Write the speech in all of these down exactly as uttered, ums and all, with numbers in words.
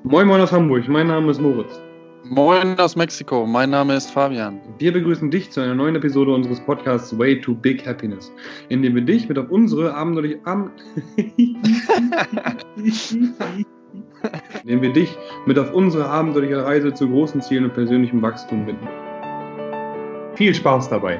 Moin Moin aus Hamburg, mein Name ist Moritz. Moin aus Mexiko, mein Name ist Fabian. Wir begrüßen dich zu einer neuen Episode unseres Podcasts Way to Big Happiness, in dem wir dich mit auf unsere abenteuerliche Am in dem wir dich mit auf unsere abenteuerliche Reise zu großen Zielen und persönlichem Wachstum bitten. Viel Spaß dabei!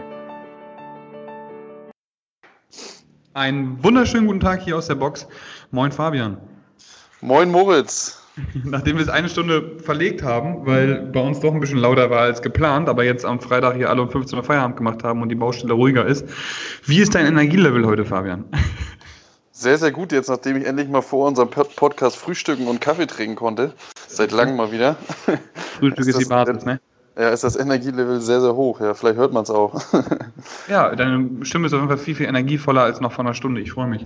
Einen wunderschönen guten Tag hier aus der Box. Moin Fabian. Moin Moritz. Nachdem wir es eine Stunde verlegt haben, weil bei uns doch ein bisschen lauter war als geplant, aber jetzt am Freitag hier alle um fünfzehn Uhr Feierabend gemacht haben und die Baustelle ruhiger ist. Wie ist dein Energielevel heute, Fabian? Sehr, sehr gut jetzt, nachdem ich endlich mal vor unserem Podcast frühstücken und Kaffee trinken konnte. Seit langem mal wieder. Frühstück ist die Basis, ne? Ja, ist das Energielevel sehr, sehr hoch. Ja, vielleicht hört man es auch. Ja, deine Stimme ist auf jeden Fall viel, viel energievoller als noch vor einer Stunde. Ich freue mich.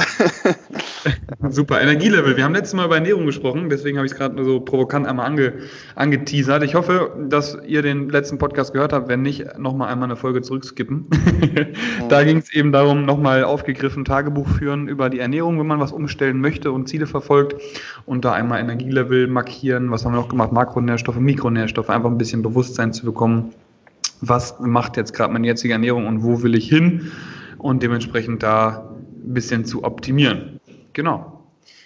Super, Energielevel. Wir haben letztes Mal über Ernährung gesprochen, deswegen habe ich es gerade so provokant einmal ange, angeteasert. Ich hoffe, dass ihr den letzten Podcast gehört habt. Wenn nicht, nochmal einmal eine Folge zurückskippen. Da ging es eben darum, nochmal aufgegriffen, Tagebuch führen über die Ernährung, wenn man was umstellen möchte und Ziele verfolgt. Und da einmal Energielevel markieren. Was haben wir noch gemacht? Makronährstoffe, Mikronährstoffe. Einfach ein bisschen Bewusstsein zu bekommen, was macht jetzt gerade meine jetzige Ernährung und wo will ich hin und dementsprechend da ein bisschen zu optimieren. Genau.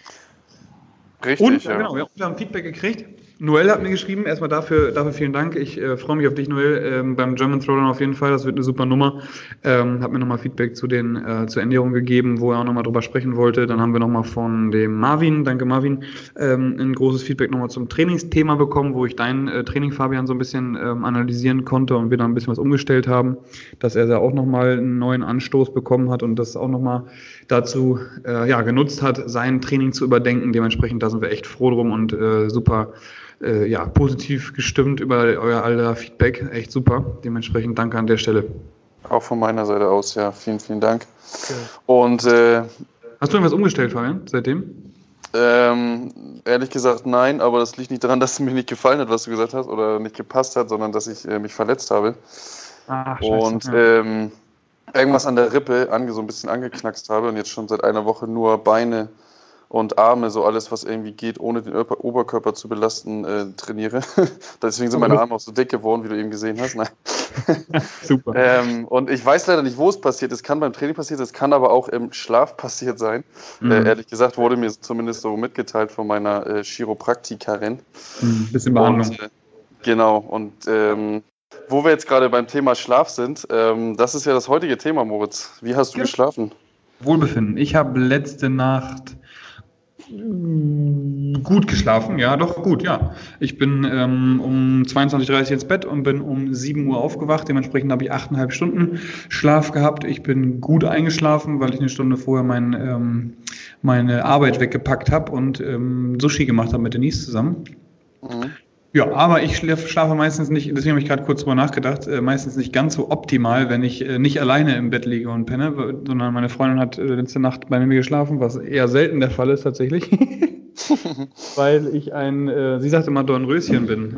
Richtig, und, ja. Genau, wir haben Feedback gekriegt. Noel hat mir geschrieben, erstmal dafür, dafür vielen Dank. Ich äh, freue mich auf dich, Noel, ähm, beim German Throwdown auf jeden Fall. Das wird eine super Nummer. Ähm, hat mir nochmal Feedback zu den, äh, zur Ernährung gegeben, wo er auch nochmal drüber sprechen wollte. Dann haben wir nochmal von dem Marvin, danke Marvin, ähm, ein großes Feedback nochmal zum Trainingsthema bekommen, wo ich dein äh, Training, Fabian, so ein bisschen ähm, analysieren konnte und wir dann ein bisschen was umgestellt haben, dass er da auch nochmal einen neuen Anstoß bekommen hat und das auch nochmal dazu äh, ja, genutzt hat, sein Training zu überdenken. Dementsprechend, da sind wir echt froh drum und äh, super Äh, ja, positiv gestimmt über euer aller Feedback. Echt super. Dementsprechend danke an der Stelle. Auch von meiner Seite aus, ja. Vielen, vielen Dank. Okay. Und äh, hast du irgendwas umgestellt, Fabian, seitdem? Ähm, ehrlich gesagt nein, aber das liegt nicht daran, dass es mir nicht gefallen hat, was du gesagt hast, oder nicht gepasst hat, sondern dass ich äh, mich verletzt habe. Ach, scheiße, und ja. ähm, irgendwas an der Rippe ange, so ein bisschen angeknackst habe und jetzt schon seit einer Woche nur Beine und Arme, so alles, was irgendwie geht, ohne den Oberkörper zu belasten, äh, trainiere. Deswegen sind meine Arme auch so dick geworden, wie du eben gesehen hast. Nein. Super. ähm, und ich weiß leider nicht, wo es passiert ist. Es kann beim Training passiert, es kann aber auch im Schlaf passiert sein. Mhm. Äh, ehrlich gesagt wurde mir zumindest so mitgeteilt von meiner äh, Chiropraktikerin. Mhm, bisschen Behandlung. Und, äh, genau. Und ähm, wo wir jetzt gerade beim Thema Schlaf sind, ähm, das ist ja das heutige Thema, Moritz. Wie hast du ja. geschlafen? Wohlbefinden. Ich habe letzte Nacht gut geschlafen, ja, doch gut, ja. Ich bin ähm, um zweiundzwanzig Uhr dreißig ins Bett und bin um sieben Uhr aufgewacht. Dementsprechend habe ich achteinhalb Stunden Schlaf gehabt. Ich bin gut eingeschlafen, weil ich eine Stunde vorher mein, ähm, meine Arbeit weggepackt habe und ähm, Sushi gemacht habe mit Denise zusammen. Mhm. Ja, aber ich schlafe meistens nicht, deswegen habe ich gerade kurz drüber nachgedacht, äh, meistens nicht ganz so optimal, wenn ich äh, nicht alleine im Bett liege und penne, sondern meine Freundin hat äh, letzte Nacht bei mir geschlafen, was eher selten der Fall ist tatsächlich, weil ich ein, äh, sie sagte immer, Dornröschen bin.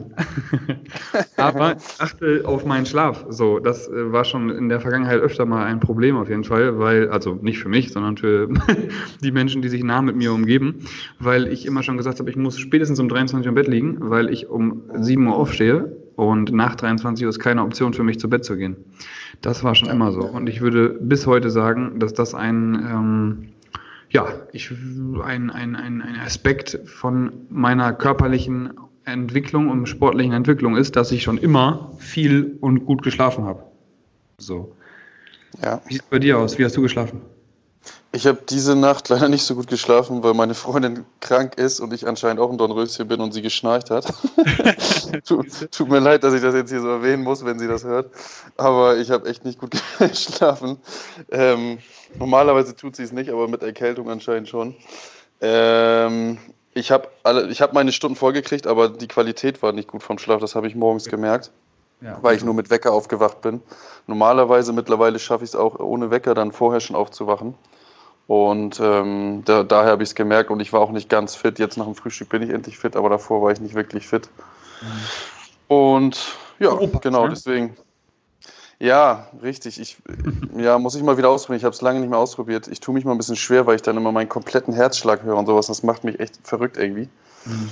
Aber ich achte auf meinen Schlaf. So, das äh, war schon in der Vergangenheit öfter mal ein Problem auf jeden Fall, weil, also nicht für mich, sondern für die Menschen, die sich nah mit mir umgeben, weil ich immer schon gesagt habe, ich muss spätestens um dreiundzwanzig Uhr im Bett liegen, weil ich um sieben Uhr aufstehe und nach dreiundzwanzig Uhr ist keine Option für mich, zu Bett zu gehen. Das war schon immer so. Und ich würde bis heute sagen, dass das ein, ähm, ja, ich, ein, ein, ein, ein Aspekt von meiner körperlichen Entwicklung und sportlichen Entwicklung ist, dass ich schon immer viel und gut geschlafen habe. So. Ja. Wie sieht es bei dir aus? Wie hast du geschlafen? Ich habe diese Nacht leider nicht so gut geschlafen, weil meine Freundin krank ist und ich anscheinend auch ein Dornröschen bin und sie geschnarcht hat. tut, tut mir leid, dass ich das jetzt hier so erwähnen muss, wenn sie das hört. Aber ich habe echt nicht gut geschlafen. Ähm, normalerweise tut sie es nicht, aber mit Erkältung anscheinend schon. Ähm, ich habe alle, ich habe meine Stunden vollgekriegt, aber die Qualität war nicht gut vom Schlaf. Das habe ich morgens gemerkt, ja, weil ich nur mit Wecker aufgewacht bin. Normalerweise mittlerweile schaffe ich es auch ohne Wecker dann vorher schon aufzuwachen. Und ähm, da, daher habe ich es gemerkt und ich war auch nicht ganz fit. Jetzt nach dem Frühstück bin ich endlich fit, aber davor war ich nicht wirklich fit. Mhm. Und ja, Opa, genau, ne? Deswegen. Ja, richtig. Ich, ja, muss ich mal wieder ausprobieren. Ich habe es lange nicht mehr ausprobiert. Ich tue mich mal ein bisschen schwer, weil ich dann immer meinen kompletten Herzschlag höre und sowas. Das macht mich echt verrückt irgendwie. Mhm.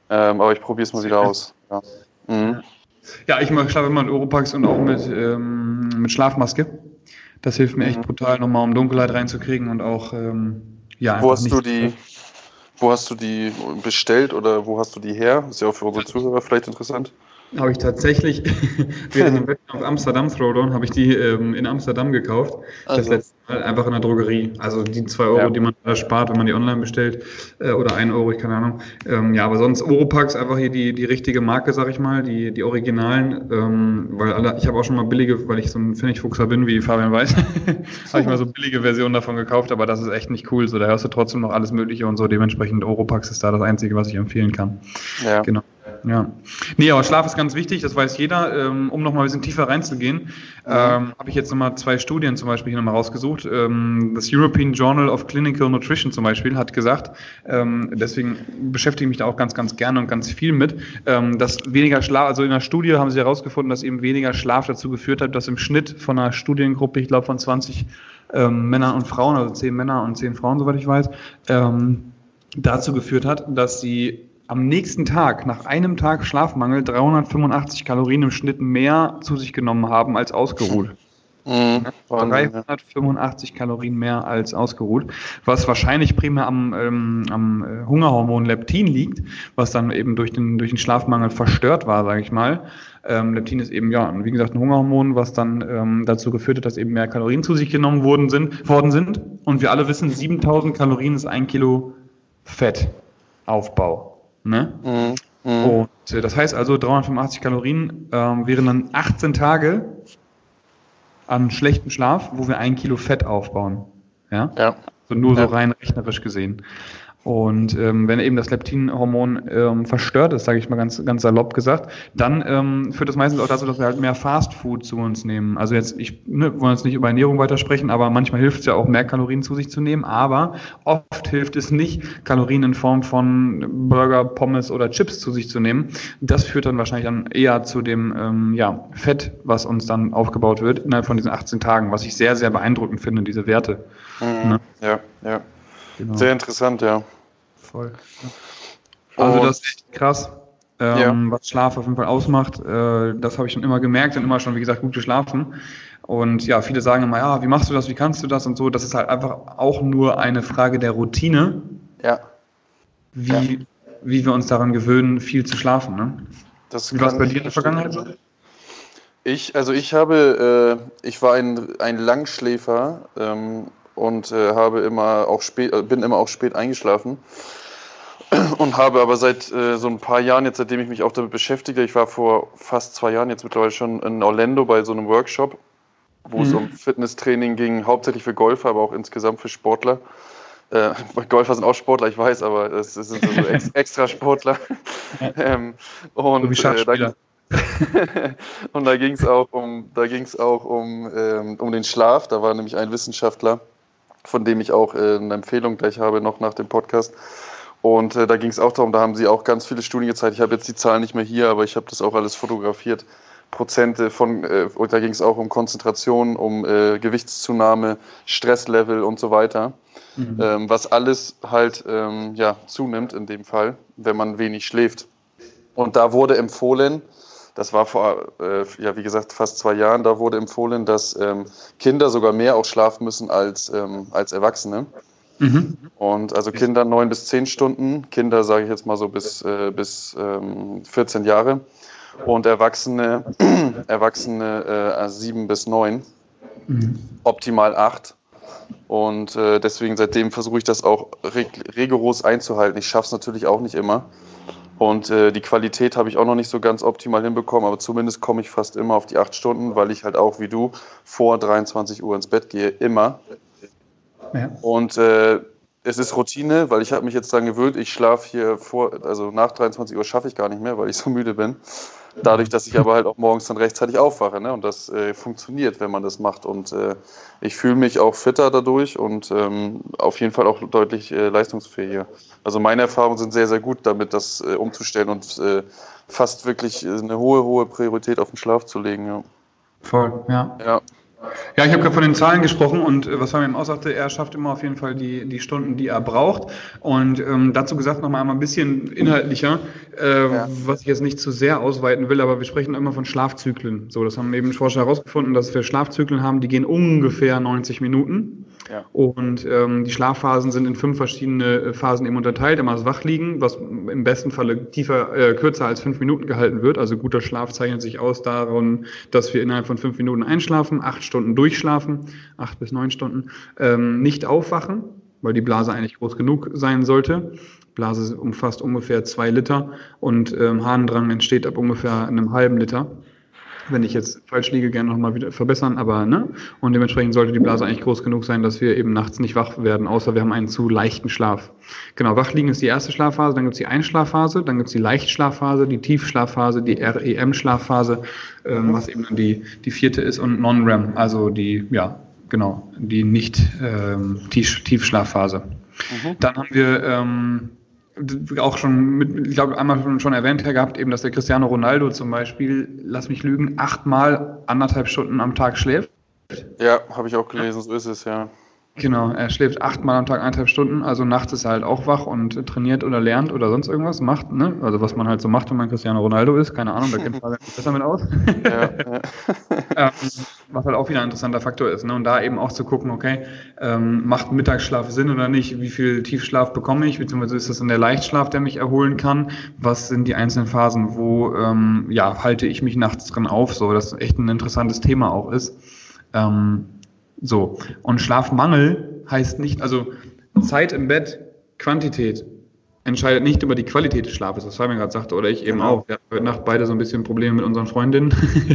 Ähm, aber ich probiere es mal wieder aus. Ja, mhm. ja ich schlafe immer mit Oropax und auch mit, ähm, mit Schlafmaske. Das hilft mir echt brutal, nochmal um Dunkelheit reinzukriegen und auch, ähm, ja, einfach Wo hast nicht. du die, wo hast du die bestellt oder wo hast du die her? Ist ja auch für unsere Zuhörer vielleicht interessant. Habe ich tatsächlich während dem Wettkampf Amsterdam Throwdown habe ich die ähm, in Amsterdam gekauft. Also. Das letzte Mal einfach in der Drogerie. Also die zwei Euro, ja. die man da spart, wenn man die online bestellt, äh, oder ein Euro, ich keine Ahnung. Ähm, ja, aber sonst Oropax einfach hier die, die richtige Marke, sag ich mal, die, die Originalen. Ähm, weil alle, ich habe auch schon mal billige, weil ich so ein Pfennigfuchser bin, wie Fabian weiß, habe ich mal so billige Versionen davon gekauft, aber das ist echt nicht cool. So, da hörst du trotzdem noch alles Mögliche und so. Dementsprechend Oropax ist da das Einzige, was ich empfehlen kann. Ja. Genau. Ja. Nee, aber Schlaf ist ganz wichtig, das weiß jeder. Ähm, um nochmal ein bisschen tiefer reinzugehen, mhm. ähm, habe ich jetzt nochmal zwei Studien zum Beispiel hier nochmal rausgesucht. Ähm, das European Journal of Clinical Nutrition zum Beispiel hat gesagt, ähm, deswegen beschäftige ich mich da auch ganz, ganz gerne und ganz viel mit, ähm, dass weniger Schlaf, also in der Studie haben sie herausgefunden, dass eben weniger Schlaf dazu geführt hat, dass im Schnitt von einer Studiengruppe, ich glaube von zwanzig ähm, Männern und Frauen, also zehn Männer und zehn Frauen, soweit ich weiß, ähm, dazu geführt hat, dass sie am nächsten Tag, nach einem Tag Schlafmangel, dreihundertfünfundachtzig Kalorien im Schnitt mehr zu sich genommen haben als ausgeruht. Mhm. dreihundertfünfundachtzig Kalorien mehr als ausgeruht, was wahrscheinlich primär am, ähm, am Hungerhormon Leptin liegt, was dann eben durch den, durch den Schlafmangel verstört war, sage ich mal. Ähm, Leptin ist eben, ja, wie gesagt, ein Hungerhormon, was dann ähm, dazu geführt hat, dass eben mehr Kalorien zu sich genommen worden sind, worden sind. Und wir alle wissen, siebentausend Kalorien ist ein Kilo Fettaufbau. Ne? Mhm. Mhm. Und äh, das heißt also, dreihundertfünfundachtzig Kalorien ähm, wären dann achtzehn Tage an schlechtem Schlaf, wo wir ein Kilo Fett aufbauen. Ja. ja. So nur ja. so rein rechnerisch gesehen. Und ähm, wenn eben das Leptinhormon ähm, verstört ist, sage ich mal ganz, ganz salopp gesagt, dann ähm, führt das meistens auch dazu, dass wir halt mehr Fastfood zu uns nehmen. Also jetzt, ich ne, wollen jetzt nicht über Ernährung weitersprechen, aber manchmal hilft es ja auch, mehr Kalorien zu sich zu nehmen. Aber oft hilft es nicht, Kalorien in Form von Burger, Pommes oder Chips zu sich zu nehmen. Das führt dann wahrscheinlich dann eher zu dem ähm, ja, Fett, was uns dann aufgebaut wird innerhalb von diesen achtzehn Tagen, was ich sehr, sehr beeindruckend finde, diese Werte. Mhm. Ne? Ja, ja. Genau. Sehr interessant, ja. Voll. Also das ist echt krass, ähm, ja. was Schlaf auf jeden Fall ausmacht. Äh, das habe ich schon immer gemerkt und immer schon, wie gesagt, gut geschlafen. Und ja, viele sagen immer, ja, wie machst du das, wie kannst du das und so. Das ist halt einfach auch nur eine Frage der Routine, ja. Wie, ja. wie wir uns daran gewöhnen, viel zu schlafen. Ne? Das wie war es bei dir in der Vergangenheit so? Ich, also ich habe, äh, ich war ein, ein Langschläfer, ähm, und äh, habe immer auch spät, bin immer auch spät eingeschlafen und habe aber seit äh, so ein paar Jahren, jetzt seitdem ich mich auch damit beschäftige, ich war vor fast zwei Jahren jetzt mittlerweile schon in Orlando bei so einem Workshop, wo mhm. es um Fitnesstraining ging, hauptsächlich für Golfer, aber auch insgesamt für Sportler. Äh, Golfer sind auch Sportler, ich weiß, aber es sind so ex extra Sportler. ähm, und so wie äh, da, und da ging es auch um, da ging es auch um, ähm, um den Schlaf. Da war nämlich ein Wissenschaftler, von dem ich auch äh, eine Empfehlung gleich habe, noch nach dem Podcast. Und äh, da ging es auch darum, da haben sie auch ganz viele Studien gezeigt. Ich habe jetzt die Zahlen nicht mehr hier, aber ich habe das auch alles fotografiert. Prozente von, äh, und da ging es auch um Konzentration, um äh, Gewichtszunahme, Stresslevel und so weiter. Mhm. Ähm, was alles halt ähm, ja, zunimmt in dem Fall, wenn man wenig schläft. Und da wurde empfohlen, das war vor, äh, ja, wie gesagt, fast zwei Jahren, da wurde empfohlen, dass ähm, Kinder sogar mehr auch schlafen müssen als, ähm, als Erwachsene. Mhm. Und also Kinder neun bis zehn Stunden, Kinder sage ich jetzt mal so bis, äh, bis ähm, vierzehn Jahre und Erwachsene, Erwachsene äh, sieben bis neun, mhm. optimal acht. Und äh, deswegen seitdem versuche ich das auch reg rigoros einzuhalten. Ich schaffe es natürlich auch nicht immer. Und äh, die Qualität habe ich auch noch nicht so ganz optimal hinbekommen, aber zumindest komme ich fast immer auf die acht Stunden, weil ich halt auch wie du vor dreiundzwanzig Uhr ins Bett gehe, immer. Ja. Und äh, es ist Routine, weil ich habe mich jetzt daran gewöhnt, ich schlafe hier vor, also nach dreiundzwanzig Uhr schaffe ich gar nicht mehr, weil ich so müde bin. Dadurch, dass ich aber halt auch morgens dann rechtzeitig aufwache, ne? Und das äh, funktioniert, wenn man das macht. Und äh, ich fühle mich auch fitter dadurch und ähm, auf jeden Fall auch deutlich äh, leistungsfähiger. Also meine Erfahrungen sind sehr, sehr gut damit, das äh, umzustellen und äh, fast wirklich eine hohe, hohe Priorität auf den Schlaf zu legen. Ja. Voll, ja. Ja. Ja, ich habe gerade von den Zahlen gesprochen und äh, was Fabian auch sagte, er schafft immer auf jeden Fall die, die Stunden, die er braucht. Und ähm, dazu gesagt nochmal einmal ein bisschen inhaltlicher, äh, Ja. was ich jetzt nicht zu sehr ausweiten will, aber wir sprechen immer von Schlafzyklen. So, das haben eben Forscher herausgefunden, dass wir Schlafzyklen haben, die gehen ungefähr neunzig Minuten. Ja. Und ähm, die Schlafphasen sind in fünf verschiedene Phasen eben unterteilt. Immer das Wachliegen, was im besten Falle tiefer, äh, kürzer als fünf Minuten gehalten wird. Also guter Schlaf zeichnet sich aus darin, dass wir innerhalb von fünf Minuten einschlafen, acht Stunden durchschlafen, acht bis neun Stunden, ähm, nicht aufwachen, weil die Blase eigentlich groß genug sein sollte. Blase umfasst ungefähr zwei Liter und ähm, Harndrang entsteht ab ungefähr einem halben Liter. Wenn ich jetzt falsch liege, gerne nochmal wieder verbessern, aber ne? Und dementsprechend sollte die Blase eigentlich groß genug sein, dass wir eben nachts nicht wach werden, außer wir haben einen zu leichten Schlaf. Genau, Wachliegen ist die erste Schlafphase, dann gibt es die Einschlafphase, dann gibt es die Leichtschlafphase, die Tiefschlafphase, die R E M-Schlafphase, ähm, was eben dann die, die vierte ist, und Non-R E M, also die, ja, genau, die nicht ähm, Tief, Tiefschlafphase. Mhm. Dann haben wir ähm, auch schon, mit, ich glaube, einmal schon erwähnt gehabt, eben, dass der Cristiano Ronaldo zum Beispiel, lass mich lügen, achtmal anderthalb Stunden am Tag schläft. Ja, habe ich auch gelesen, so ist es, ja. Genau, er schläft achtmal am Tag eineinhalb Stunden, also nachts ist er halt auch wach und trainiert oder lernt oder sonst irgendwas macht, ne? Also was man halt so macht, wenn man Cristiano Ronaldo ist, keine Ahnung, da kennt man sich besser mit aus. Ja, ja. ähm, was halt auch wieder ein interessanter Faktor ist, ne? Und da eben auch zu gucken, okay, ähm, macht Mittagsschlaf Sinn oder nicht, wie viel Tiefschlaf bekomme ich, beziehungsweise ist das dann der Leichtschlaf, der mich erholen kann, was sind die einzelnen Phasen, wo, ähm, ja, halte ich mich nachts drin auf, so, das echt ein interessantes Thema auch ist. Ähm, So, und Schlafmangel heißt nicht, also Zeit im Bett, Quantität entscheidet nicht über die Qualität des Schlafes, das Fabian gerade sagte, oder ich eben genau. auch. Wir hatten heute Nacht beide so ein bisschen Probleme mit unseren Freundinnen.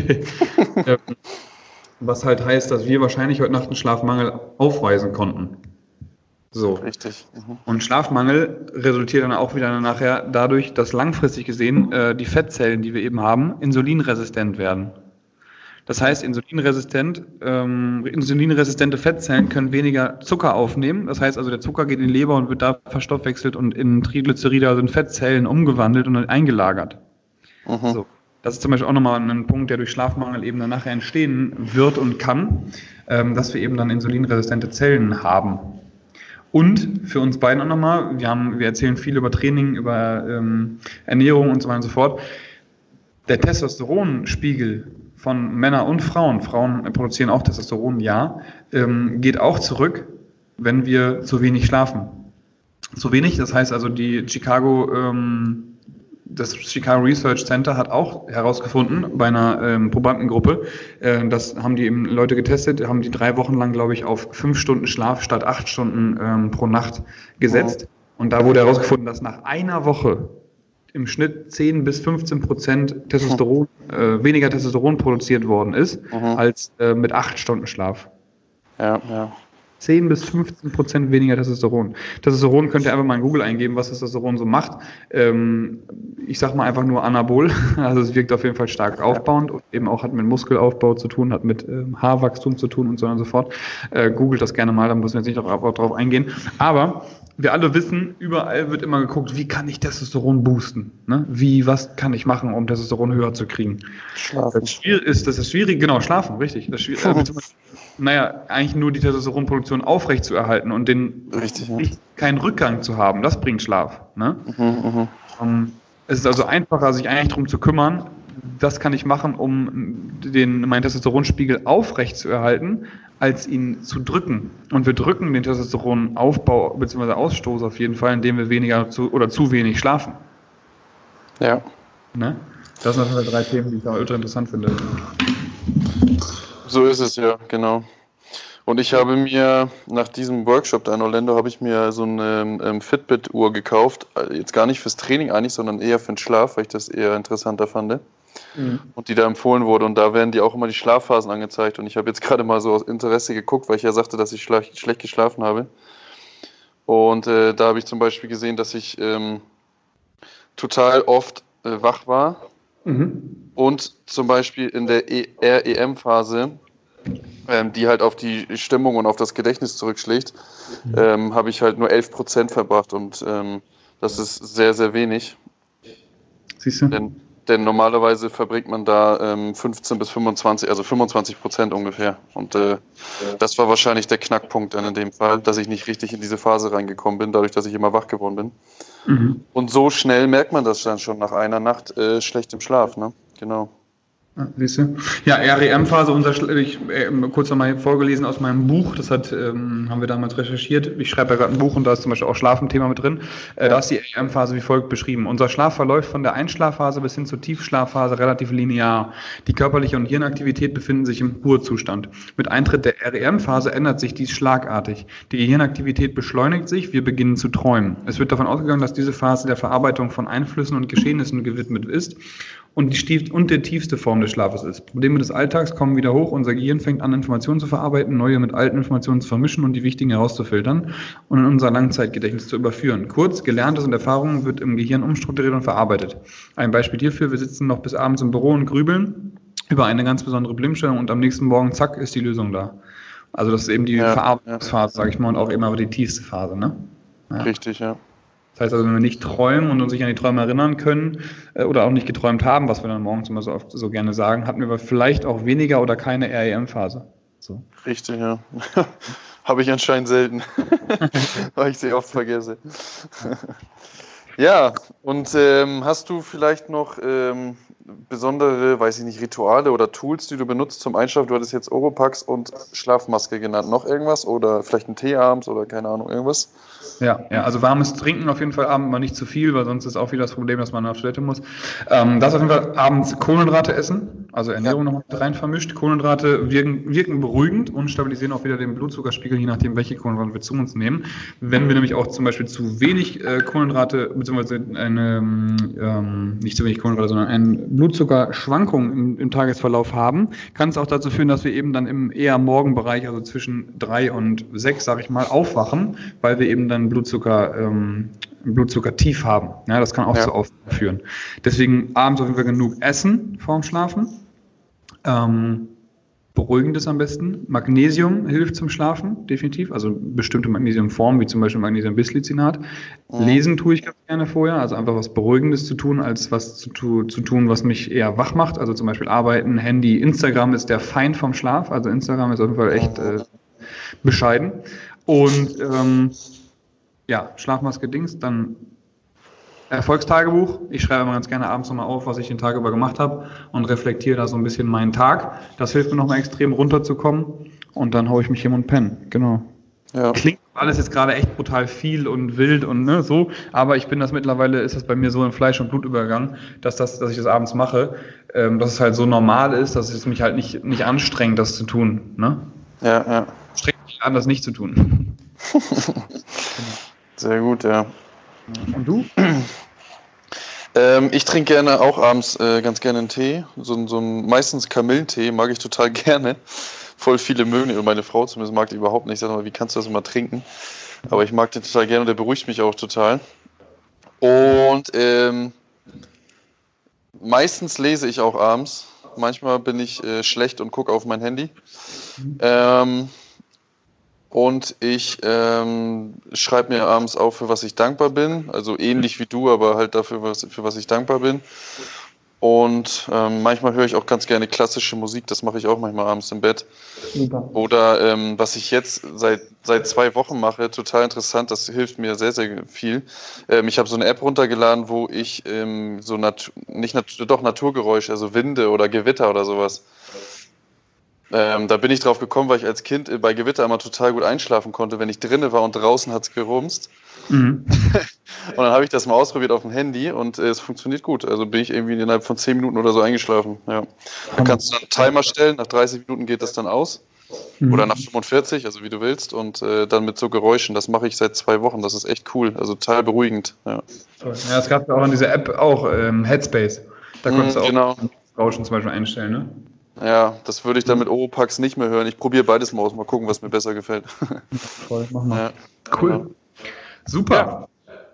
Was halt heißt, dass wir wahrscheinlich heute Nacht einen Schlafmangel aufweisen konnten. So. Richtig. Mhm. Und Schlafmangel resultiert dann auch wieder nachher dadurch, dass langfristig gesehen äh, die Fettzellen, die wir eben haben, insulinresistent werden. Das heißt, insulinresistent, ähm, insulinresistente Fettzellen können weniger Zucker aufnehmen. Das heißt also, der Zucker geht in die Leber und wird da verstoffwechselt und in Triglyceride, also in Fettzellen, umgewandelt und dann eingelagert. Mhm. So. Das ist zum Beispiel auch nochmal ein Punkt, der durch Schlafmangel eben dann nachher entstehen wird und kann, ähm, dass wir eben dann insulinresistente Zellen haben. Und für uns beiden auch nochmal, wir haben, wir erzählen viel über Training, über ähm, Ernährung und so weiter und so fort. Der Testosteronspiegel von Männern und Frauen, Frauen produzieren auch Testosteron, ja, ähm, geht auch zurück, wenn wir zu wenig schlafen. Zu wenig, das heißt also, die Chicago, ähm, das Chicago Research Center hat auch herausgefunden bei einer ähm, Probandengruppe, äh, das haben die eben Leute getestet, haben die drei Wochen lang, glaube ich, auf fünf Stunden Schlaf statt acht Stunden ähm, pro Nacht gesetzt. Oh. Und da wurde herausgefunden, dass nach einer Woche im Schnitt zehn bis fünfzehn Prozent Testosteron, äh, weniger Testosteron produziert worden ist, mhm. als äh, mit acht Stunden Schlaf. Ja, ja. zehn bis fünfzehn Prozent weniger Testosteron. Testosteron könnt ihr einfach mal in Google eingeben, was Testosteron so macht. Ähm, ich sag mal einfach nur Anabol. Also es wirkt auf jeden Fall stark aufbauend und eben auch hat mit Muskelaufbau zu tun, hat mit ähm, Haarwachstum zu tun und so weiter und so fort. Äh, googelt das gerne mal, da müssen wir jetzt nicht darauf, darauf eingehen. Aber wir alle wissen, überall wird immer geguckt, wie kann ich Testosteron boosten? Ne? Wie, was kann ich machen, um Testosteron höher zu kriegen? Schlafen. Das ist, das ist schwierig, genau, schlafen, richtig. Das ist äh, naja, eigentlich nur die Testosteronproduktion aufrecht zu erhalten und den richtig, ja. keinen Rückgang zu haben, das bringt Schlaf. Ne? Mhm, mh. um, es ist also einfacher, sich eigentlich darum zu kümmern, das kann ich machen, um den, meinen Testosteronspiegel aufrecht zu erhalten, als ihn zu drücken. Und wir drücken den Testosteronaufbau bzw. Ausstoß auf jeden Fall, indem wir weniger zu, oder zu wenig schlafen. Ja. Ne? Das sind natürlich drei Themen, die ich auch ultra interessant finde. So ist es, ja, genau. Und ich habe mir nach diesem Workshop da in Orlando, habe ich mir so eine ähm, Fitbit-Uhr gekauft. Jetzt gar nicht fürs Training eigentlich, sondern eher für den Schlaf, weil ich das eher interessanter fand. Mhm. Und die da empfohlen wurde. Und da werden die auch immer die Schlafphasen angezeigt. Und ich habe jetzt gerade mal so aus Interesse geguckt, weil ich ja sagte, dass ich schlecht, schlecht geschlafen habe. Und äh, da habe ich zum Beispiel gesehen, dass ich ähm, total oft äh, wach war. Mhm. Und zum Beispiel in der e- R E M-Phase, ähm, die halt auf die Stimmung und auf das Gedächtnis zurückschlägt, mhm. ähm, habe ich halt nur elf Prozent verbracht. Und ähm, das ist sehr, sehr wenig. Siehst du? Denn Denn normalerweise verbringt man da ähm, fünfzehn bis fünfundzwanzig, also fünfundzwanzig Prozent ungefähr. Und äh, das war wahrscheinlich der Knackpunkt dann in dem Fall, dass ich nicht richtig in diese Phase reingekommen bin, dadurch, dass ich immer wach geworden bin. Mhm. Und so schnell merkt man das dann schon nach einer Nacht äh, schlechtem Schlaf, ne? Genau. Ja, siehst du? Ja, R E M-Phase, unser Schla- ich äh, kurz nochmal vorgelesen aus meinem Buch, das hat, ähm, haben wir damals recherchiert. Ich schreibe ja gerade ein Buch und da ist zum Beispiel auch Schlafenthema mit drin. Äh, da ist die R E M-Phase wie folgt beschrieben. Unser Schlaf verläuft von der Einschlafphase bis hin zur Tiefschlafphase relativ linear. Die körperliche und Hirnaktivität befinden sich im Ruhezustand. Mit Eintritt der R E M-Phase ändert sich dies schlagartig. Die Gehirnaktivität beschleunigt sich, wir beginnen zu träumen. Es wird davon ausgegangen, dass diese Phase der Verarbeitung von Einflüssen und Geschehnissen gewidmet ist und die stief- und der tiefste Form des Schlafes ist. Probleme des Alltags kommen wieder hoch, unser Gehirn fängt an, Informationen zu verarbeiten, neue mit alten Informationen zu vermischen und die wichtigen herauszufiltern und in unser Langzeitgedächtnis zu überführen. Kurz, Gelerntes und Erfahrungen wird im Gehirn umstrukturiert und verarbeitet. Ein Beispiel hierfür, wir sitzen noch bis abends im Büro und grübeln über eine ganz besondere Problemstellung und am nächsten Morgen, zack, ist die Lösung da. Also das ist eben die ja, Verarbeitungsphase, ja. sage ich mal, und auch eben aber die tiefste Phase, ne? Ja. Richtig, ja. Das heißt also, wenn wir nicht träumen und uns nicht an die Träume erinnern können äh, oder auch nicht geträumt haben, was wir dann morgens immer so oft so gerne sagen, hatten wir vielleicht auch weniger oder keine R E M-Phase. So. Richtig, ja. Habe ich anscheinend selten, weil ich sie oft vergesse. Ja, und ähm, hast du vielleicht noch ähm, besondere, weiß ich nicht, Rituale oder Tools, die du benutzt zum Einschlafen? Du hattest jetzt Oropax und Schlafmaske genannt. Noch irgendwas? Oder vielleicht ein Tee abends oder keine Ahnung, irgendwas? Ja, ja, also warmes Trinken auf jeden Fall abends, mal nicht zu viel, weil sonst ist auch wieder das Problem, dass man auf Toilette muss. Ähm, das auf jeden Fall abends Kohlenhydrate essen, also Ernährung ja. noch mit rein vermischt. Kohlenhydrate wirken, wirken beruhigend und stabilisieren auch wieder den Blutzuckerspiegel, je nachdem, welche Kohlenhydrate wir zu uns nehmen. Wenn wir nämlich auch zum Beispiel zu wenig äh, Kohlenhydrate, beziehungsweise eine, ähm, nicht zu wenig Kohlenhydrate, sondern eine Blutzuckerschwankung im, im Tagesverlauf haben, kann es auch dazu führen, dass wir eben dann im eher Morgenbereich, also zwischen drei und sechs, sage ich mal, aufwachen, weil wir eben dann Blutzucker, ähm, Blutzucker tief haben. Ja, das kann auch ja. zu aufführen. Deswegen abends auf jeden Fall genug essen vorm Schlafen. Ähm, Beruhigendes am besten. Magnesium hilft zum Schlafen, definitiv. Also bestimmte Magnesiumformen, wie zum Beispiel Magnesium-Bisglycinat. Mhm. Lesen tue ich ganz gerne vorher, also einfach was Beruhigendes zu tun, als was zu, tu, zu tun, was mich eher wach macht. Also zum Beispiel Arbeiten, Handy. Instagram ist der Feind vom Schlaf. Also Instagram ist auf jeden Fall echt äh, bescheiden. Und ähm, ja, Schlafmaske Dings, dann Erfolgstagebuch. Ich schreibe immer ganz gerne abends nochmal auf, was ich den Tag über gemacht habe und reflektiere da so ein bisschen meinen Tag. Das hilft mir nochmal extrem runterzukommen und dann haue ich mich hin und penne. Genau. Ja. Klingt alles jetzt gerade echt brutal viel und wild und ne, so, aber ich bin das mittlerweile, ist das bei mir so in Fleisch und Blut übergegangen, dass, das, dass ich das abends mache, ähm, dass es halt so normal ist, dass es mich halt nicht, nicht anstrengt, das zu tun. Ne? Ja, ja. Strengt mich an, das nicht zu tun. Sehr gut, ja. Und du? Ähm, ich trinke gerne auch abends äh, ganz gerne einen Tee. So, so ein meistens Kamillentee mag ich total gerne. Voll viele mögen ihn. Und meine Frau zumindest mag die überhaupt nicht. Ich sage mal, wie kannst du das immer trinken? Aber ich mag den total gerne und der beruhigt mich auch total. Und ähm, meistens lese ich auch abends. Manchmal bin ich äh, schlecht und gucke auf mein Handy. Ähm, Und ich ähm, schreibe mir abends auf, für was ich dankbar bin. Also ähnlich wie du, aber halt dafür, was, für was ich dankbar bin. Und ähm, manchmal höre ich auch ganz gerne klassische Musik. Das mache ich auch manchmal abends im Bett. Super. Oder ähm, was ich jetzt seit, seit zwei Wochen mache, total interessant, das hilft mir sehr, sehr viel. Ähm, ich habe so eine App runtergeladen, wo ich ähm, so Nat- nicht Nat- doch Naturgeräusche, also Winde oder Gewitter oder sowas. Ähm, da bin ich drauf gekommen, weil ich als Kind bei Gewitter immer total gut einschlafen konnte, wenn ich drinnen war und draußen hat es gerumst. Mhm. Und dann habe ich das mal ausprobiert auf dem Handy und äh, es funktioniert gut. Also bin ich irgendwie innerhalb von zehn Minuten oder so eingeschlafen. Ja. Da kannst du dann einen Timer stellen, nach dreißig Minuten geht das dann aus. Mhm. Oder nach fünfundvierzig, also wie du willst. Und äh, dann mit so Geräuschen, das mache ich seit zwei Wochen. Das ist echt cool, also total beruhigend. Ja, ja, es gab ja auch in dieser App auch ähm, Headspace. Da konntest mhm, du auch genau. Rauschen zum Beispiel einstellen, ne? Ja, das würde ich dann mit Oropax nicht mehr hören. Ich probiere beides mal aus, mal gucken, was mir besser gefällt. Voll, mach mal. Ja, cool. Genau. Super. Ja.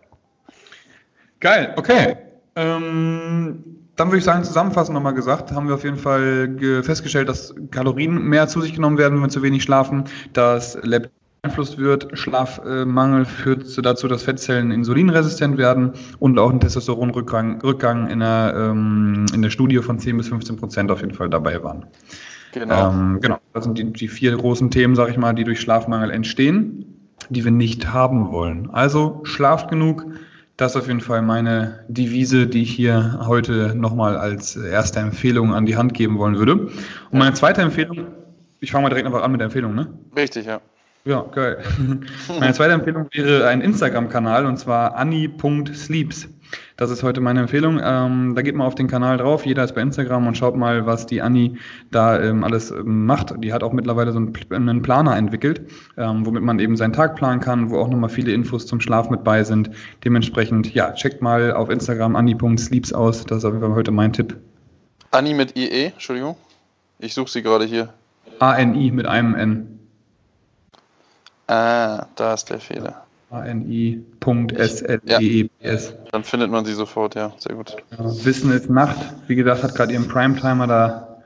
Geil, okay. Ähm, dann würde ich sagen, zusammenfassend nochmal gesagt, haben wir auf jeden Fall ge- festgestellt, dass Kalorien mehr zu sich genommen werden, wenn wir zu wenig schlafen, dass Leptin beeinflusst wird. Schlafmangel führt dazu, dass Fettzellen insulinresistent werden und auch ein Testosteronrückgang Rückgang in der, ähm, in der Studie von zehn bis fünfzehn Prozent auf jeden Fall dabei waren. Genau. Ähm, genau, das sind die, die vier großen Themen, sag ich mal, die durch Schlafmangel entstehen, die wir nicht haben wollen. Also schlaft genug. Das ist auf jeden Fall meine Devise, die ich hier heute nochmal als erste Empfehlung an die Hand geben wollen würde. Und meine zweite Empfehlung, ich fange mal direkt einfach an mit der Empfehlung, ne? Richtig, ja. Ja, geil. Meine zweite Empfehlung wäre ein Instagram-Kanal, und zwar anni punkt sleeps. Das ist heute meine Empfehlung. Ähm, da geht mal auf den Kanal drauf, jeder ist bei Instagram und schaut mal, was die Anni da ähm, alles ähm, macht. Die hat auch mittlerweile so einen, einen Planer entwickelt, ähm, womit man eben seinen Tag planen kann, wo auch nochmal viele Infos zum Schlaf mit bei sind. Dementsprechend, ja, checkt mal auf Instagram anni punkt sleeps aus. Das ist auf jeden Fall heute mein Tipp. Anni mit I E, Entschuldigung. Ich suche sie gerade hier. A N I mit einem N. Ah, da ist der Fehler. A N I punkt S L E E P S. Ja, dann findet man sie sofort, ja, sehr gut. Ja, Wissen ist Nacht. Wie gesagt, hat gerade ihren Prime-Timer da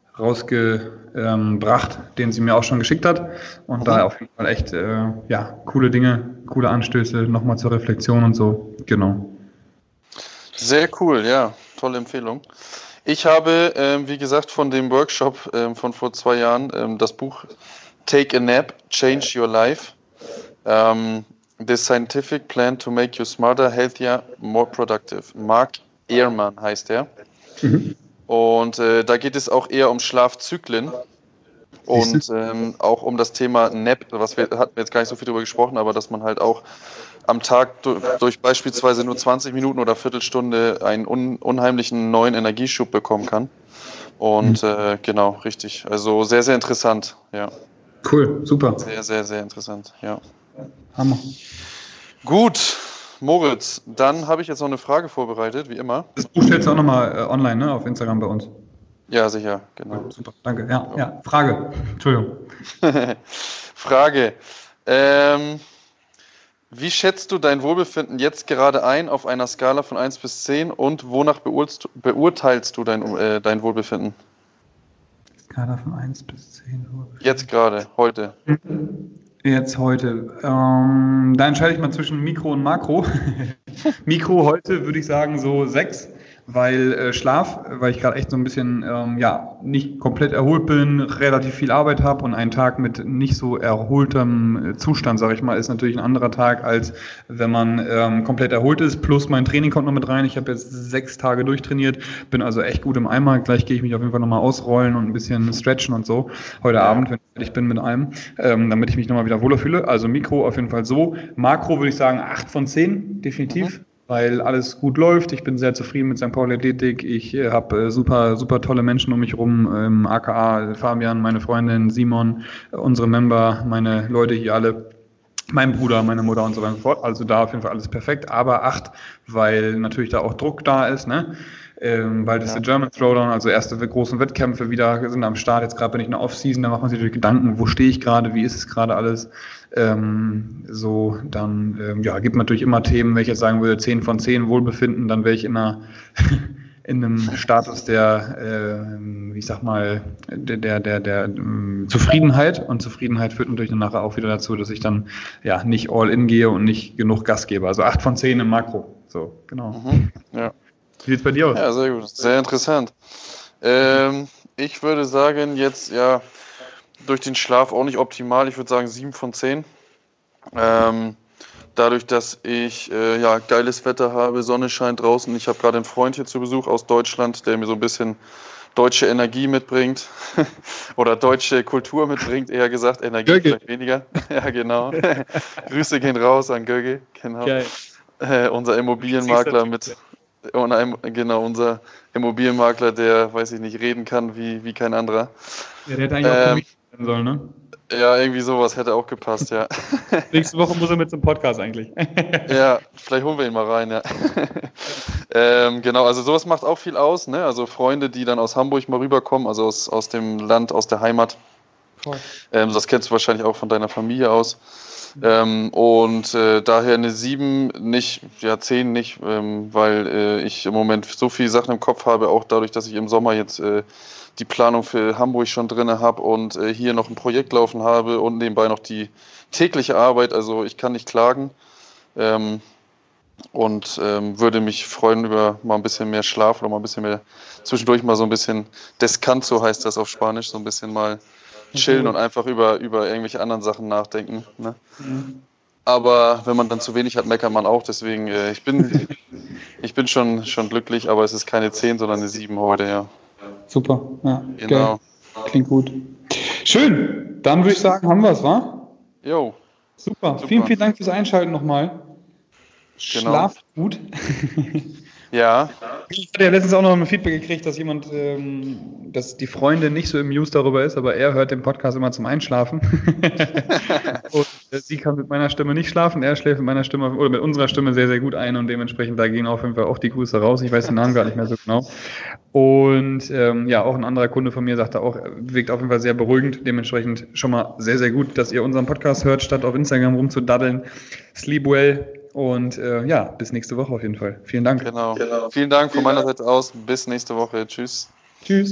rausgebracht, den sie mir auch schon geschickt hat. Und mhm. da auf jeden Fall echt, äh, ja, coole Dinge, coole Anstöße, nochmal zur Reflexion und so. Genau. Sehr cool, ja, tolle Empfehlung. Ich habe, ähm, wie gesagt, von dem Workshop ähm, von vor zwei Jahren ähm, das Buch Take a Nap, Change Your Life. Um, the Scientific Plan to Make You Smarter, Healthier, More Productive. Mark Ehrman heißt er. Mhm. Und äh, da geht es auch eher um Schlafzyklen und ähm, auch um das Thema Nap, was wir hatten jetzt gar nicht so viel darüber gesprochen, aber dass man halt auch am Tag durch, durch beispielsweise nur zwanzig Minuten oder Viertelstunde einen un, unheimlichen neuen Energieschub bekommen kann. Und mhm. äh, genau, richtig. Also sehr, sehr interessant, ja. Cool, super. Sehr, sehr, sehr interessant, ja. Hammer. Gut, Moritz, dann habe ich jetzt noch eine Frage vorbereitet, wie immer. Das Buch stellst du auch nochmal äh, online, ne, auf Instagram bei uns. Ja, sicher, genau. Ja, super, danke. Ja, ja. ja, Frage. Entschuldigung. Frage. Ähm, wie schätzt du dein Wohlbefinden jetzt gerade ein auf einer Skala von eins bis zehn und wonach beurteilst, beurteilst du dein, äh, dein Wohlbefinden? Skala von eins bis zehn. Jetzt gerade, heute. Jetzt heute. Ähm, da entscheide ich mal zwischen Mikro und Makro. Mikro heute würde ich sagen so sechs, weil äh, Schlaf, weil ich gerade echt so ein bisschen ähm, ja nicht komplett erholt bin, relativ viel Arbeit habe und ein Tag mit nicht so erholtem Zustand, sage ich mal, ist natürlich ein anderer Tag, als wenn man ähm, komplett erholt ist. Plus mein Training kommt noch mit rein. Ich habe jetzt sechs Tage durchtrainiert, bin also echt gut im Eimer. Gleich gehe ich mich auf jeden Fall nochmal ausrollen und ein bisschen stretchen und so heute Abend, wenn ich bin mit allem, ähm, damit ich mich nochmal wieder wohler fühle. Also Mikro auf jeden Fall so. Makro würde ich sagen acht von zehn, definitiv. Mhm. Weil alles gut läuft. Ich bin sehr zufrieden mit Sankt Pauli Athletik. Ich äh, habe äh, super, super tolle Menschen um mich rum. Ähm, A K A, Fabian, meine Freundin, Simon, äh, unsere Member, meine Leute hier alle, mein Bruder, meine Mutter und so weiter und so fort. Also da auf jeden Fall alles perfekt. Aber acht, weil natürlich da auch Druck da ist, ne? Ähm, weil das ja. der German Throwdown, also erste großen Wettkämpfe wieder sind am Start. Jetzt gerade bin ich in der Off-Season, da macht man sich natürlich Gedanken, wo stehe ich gerade, wie ist es gerade alles. Ähm, so, dann ähm, ja, gibt natürlich immer Themen, wenn ich jetzt sagen würde, zehn von zehn Wohlbefinden, dann wäre ich in einer in einem Status der, äh, ich sag mal, der, der, der, der ähm, Zufriedenheit. Und Zufriedenheit führt natürlich dann nachher auch wieder dazu, dass ich dann ja nicht all in gehe und nicht genug Gas gebe. Also acht von zehn im Makro. So, genau. Mhm, ja. Wie sieht es bei dir aus? Ja, sehr gut. Sehr interessant. Ähm, ich würde sagen, jetzt ja durch den Schlaf auch nicht optimal. Ich würde sagen sieben von zehn. Ähm, dadurch, dass ich äh, ja geiles Wetter habe, Sonne scheint draußen. Ich habe gerade einen Freund hier zu Besuch aus Deutschland, der mir so ein bisschen deutsche Energie mitbringt oder deutsche Kultur mitbringt, eher gesagt. Energie Göge. Vielleicht weniger. Ja, genau. Grüße gehen raus an Göge. Genau. Äh, unser Immobilienmakler mit... Und ein, genau, unser Immobilienmakler, der, weiß ich nicht, reden kann wie, wie kein anderer. Ja, der hätte eigentlich ähm, auch Comedian sein sollen, ne? Ja, irgendwie sowas hätte auch gepasst, ja. Nächste Woche muss er mit zum Podcast eigentlich. Ja, vielleicht holen wir ihn mal rein, ja. ähm, genau, also sowas macht auch viel aus, ne? Also Freunde, die dann aus Hamburg mal rüberkommen, also aus, aus dem Land, aus der Heimat. Ähm, das kennst du wahrscheinlich auch von deiner Familie aus. Ähm, und äh, daher eine sieben, nicht, ja zehn nicht, ähm, weil äh, ich im Moment so viele Sachen im Kopf habe, auch dadurch, dass ich im Sommer jetzt äh, die Planung für Hamburg schon drin habe und äh, hier noch ein Projekt laufen habe und nebenbei noch die tägliche Arbeit, also ich kann nicht klagen. Ähm, und ähm, würde mich freuen über mal ein bisschen mehr Schlaf oder mal ein bisschen mehr, zwischendurch mal so ein bisschen Descanso heißt das auf Spanisch, so ein bisschen mal chillen und einfach über, über irgendwelche anderen Sachen nachdenken. Ne? Mhm. Aber wenn man dann zu wenig hat, meckert man auch. Deswegen, äh, ich bin, ich bin schon, schon glücklich, aber es ist keine zehn, sondern eine sieben heute, ja. Super, ja, Genau. geil. Klingt gut. Schön, dann würde ich sagen, haben wir es, wa? Jo, Super. super. Vielen, vielen Dank fürs Einschalten nochmal. Genau. Schlaft gut. Ja, Ich hatte ja letztens auch noch ein Feedback gekriegt, dass jemand, ähm, dass die Freundin nicht so amused darüber ist, aber er hört den Podcast immer zum Einschlafen. Und äh, sie kann mit meiner Stimme nicht schlafen, er schläft mit meiner Stimme oder mit unserer Stimme sehr, sehr gut ein und dementsprechend da gehen auf jeden Fall auch die Grüße raus. Ich weiß den Namen gar nicht mehr so genau. Und ähm, ja, auch ein anderer Kunde von mir sagte auch, wirkt auf jeden Fall sehr beruhigend. Dementsprechend schon mal sehr, sehr gut, dass ihr unseren Podcast hört, statt auf Instagram rumzudaddeln. Sleep well. Und äh, ja, bis nächste Woche auf jeden Fall. Vielen Dank. genau. genau. Vielen Dank von meiner Seite aus. Bis nächste Woche. Tschüss. Tschüss.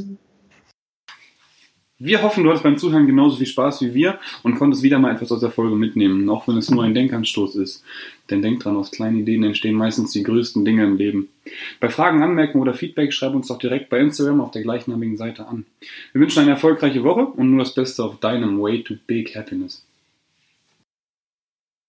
Wir hoffen, du hattest beim Zuhören genauso viel Spaß wie wir und konntest wieder mal etwas aus der Folge mitnehmen, auch wenn es nur ein Denkanstoß ist. Denn denk dran, aus kleinen Ideen entstehen meistens die größten Dinge im Leben. Bei Fragen, Anmerkungen oder Feedback schreib uns doch direkt bei Instagram auf der gleichnamigen Seite an. Wir wünschen eine erfolgreiche Woche und nur das Beste auf deinem Way to Big Happiness.